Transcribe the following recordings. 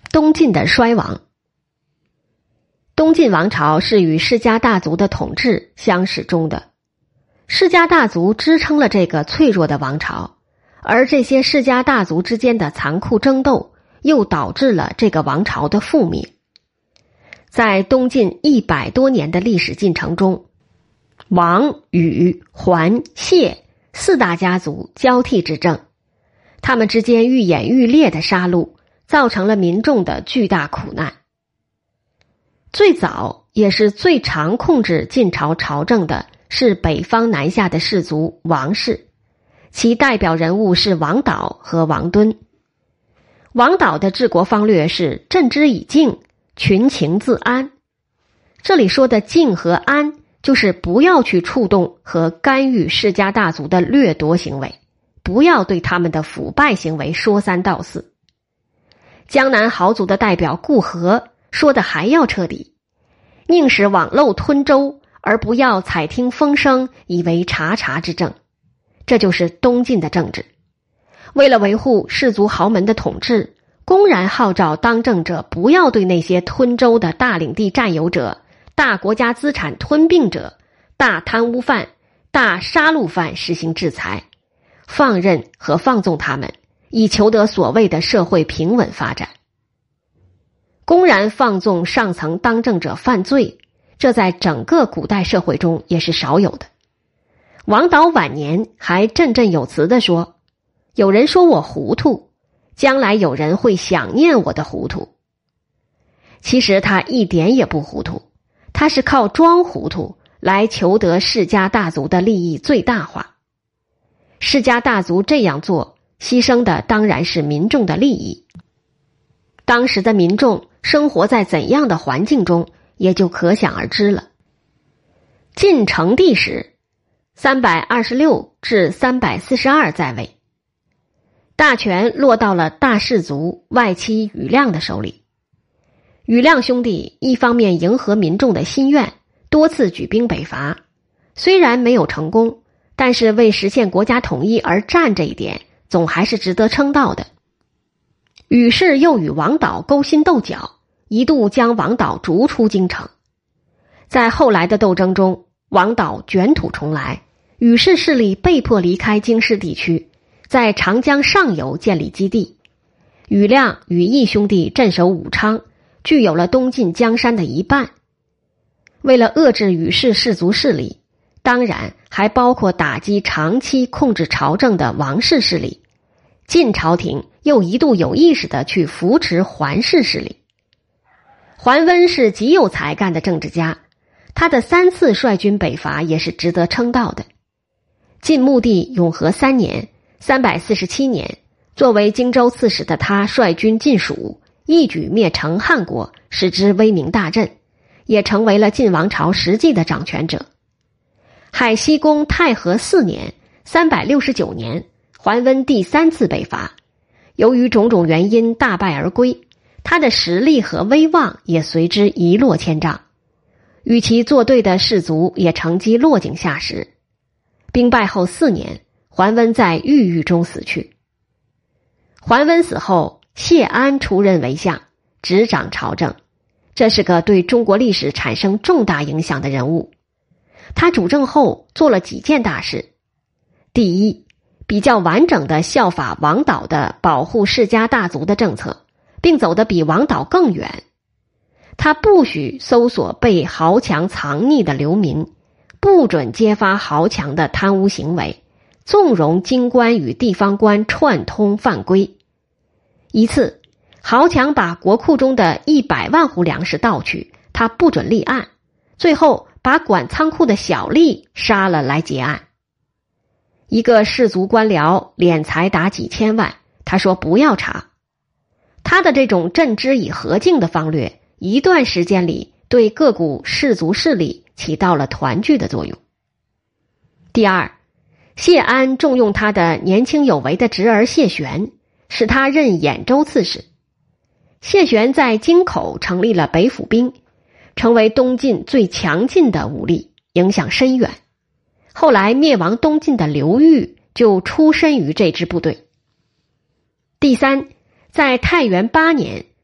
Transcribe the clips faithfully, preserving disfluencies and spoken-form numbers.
东晋的衰亡。东晋王朝是与世家大族的统治相始终的，世家大族支撑了这个脆弱的王朝，而这些世家大族之间的残酷争斗又导致了这个王朝的覆灭。在东晋一百多年的历史进程中，王、宇、桓、谢四大家族交替执政，他们之间愈演愈烈的杀戮造成了民众的巨大苦难。最早也是最常控制晋朝朝政的是北方南下的氏族王氏，其代表人物是王导和王敦。王导的治国方略是镇之以静，群情自安。这里说的静和安，就是不要去触动和干预世家大族的掠夺行为，不要对他们的腐败行为说三道四。江南豪族的代表顾和说的还要彻底，宁使网漏吞舟，而不要采听风声以为察察之政。这就是东晋的政治。为了维护氏族豪门的统治，公然号召当政者不要对那些吞舟的大领地占有者、大国家资产吞并者、大贪污犯、大杀戮犯实行制裁，放任和放纵他们，以求得所谓的社会平稳发展。公然放纵上层当政者犯罪，这在整个古代社会中也是少有的。王导晚年还振振有词地说，有人说我糊涂，将来有人会想念我的糊涂。其实他一点也不糊涂，他是靠装糊涂来求得世家大族的利益最大化。世家大族这样做，牺牲的当然是民众的利益。当时的民众生活在怎样的环境中，也就可想而知了。晋成帝时，三百二十六至三百四十二在位，大权落到了大氏族外戚庾亮的手里。庾亮兄弟一方面迎合民众的心愿，多次举兵北伐，虽然没有成功，但是为实现国家统一而战这一点，总还是值得称道的。庾氏又与王导勾心斗角，一度将王导逐出京城。在后来的斗争中，王导卷土重来，庾氏势力被迫离开京师地区，在长江上游建立基地。庾亮、庾义兄弟镇守武昌，具有了东晋江山的一半。为了遏制庾氏氏族势力，当然还包括打击长期控制朝政的王氏势力，晋朝廷又一度有意识地去扶持桓氏势力。桓温是极有才干的政治家，他的三次率军北伐也是值得称道的。晋穆帝永和三年三百四十七年，作为荆州刺史的他率军进蜀，一举灭成汉国，使之威名大振，也成为了晋王朝实际的掌权者。海西公太和四年三百六十九年，桓温第三次北伐，由于种种原因大败而归，他的实力和威望也随之一落千丈，与其作对的士族也乘机落井下石。兵败后四年，桓温在郁郁中死去。桓温死后，谢安出任为相，执掌朝政，这是个对中国历史产生重大影响的人物。他主政后做了几件大事。第一，比较完整的效法王导的保护世家大族的政策，并走得比王导更远。他不许搜索被豪强藏匿的流民，不准揭发豪强的贪污行为，纵容京官与地方官串通犯规。一次，豪强把国库中的一百万斛粮食盗取，他不准立案，最后把管仓库的小吏杀了来结案。一个士族官僚敛财达几千万，他说不要查。他的这种镇之以和敬的方略，一段时间里对各股士族势力起到了团聚的作用。第二，谢安重用他的年轻有为的侄儿谢玄，使他任兖州刺史。谢玄在京口成立了北府兵，成为东晋最强劲的武力，影响深远。后来灭亡东晋的刘裕就出身于这支部队。第三，在太元八年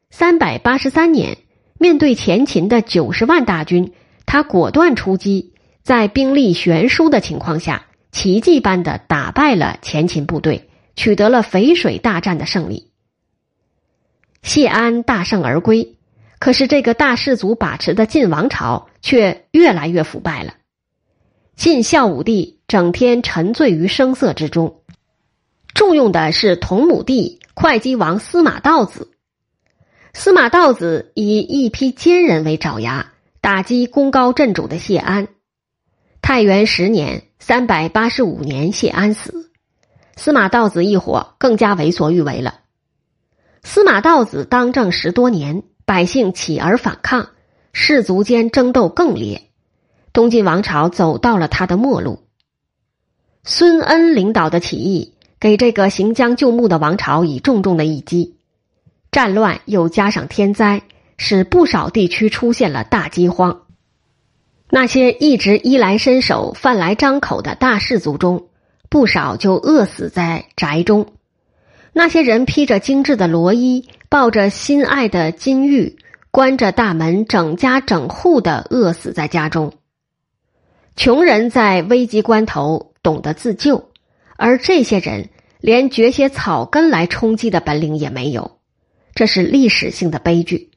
三百八十三年，面对前秦的九十万大军，他果断出击，在兵力悬殊的情况下，奇迹般的打败了前秦部队，取得了淝水大战的胜利。谢安大胜而归，可是这个大氏族把持的晋王朝却越来越腐败了。晋孝武帝整天沉醉于声色之中，重用的是同母弟会稽王司马道子。司马道子以一批奸人为爪牙，打击功高震主的谢安。太元十年三百八十五年谢安死，司马道子一伙更加为所欲为了。司马道子当政十多年，百姓起而反抗，氏族间争斗更烈，东晋王朝走到了他的末路。孙恩领导的起义给这个行将就木的王朝以重重的一击，战乱又加上天灾，使不少地区出现了大饥荒。那些一直衣来伸手饭来张口的大氏族中，不少就饿死在宅中。那些人披着精致的罗衣，抱着心爱的金玉，关着大门，整家整户的饿死在家中。穷人在危急关头懂得自救，而这些人连掘些草根来充饥的本领也没有，这是历史性的悲剧。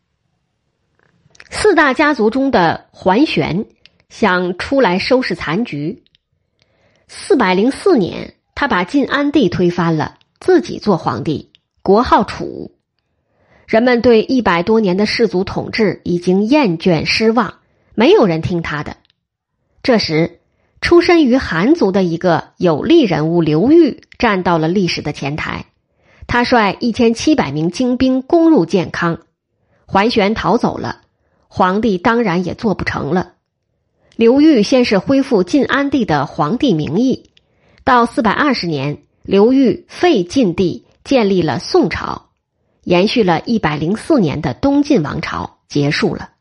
四大家族中的桓玄想出来收拾残局。四百零四年，他把晋安帝推翻了，自己做皇帝，国号楚。人们对一百多年的氏族统治已经厌倦失望，没有人听他的。这时，出身于韩族的一个有力人物刘裕站到了历史的前台。他率一千七百名精兵攻入建康，桓玄逃走了，皇帝当然也做不成了。刘裕先是恢复晋安帝的皇帝名义，到四百二十年，刘裕废晋帝，建立了宋朝，延续了一百零四年的东晋王朝，结束了。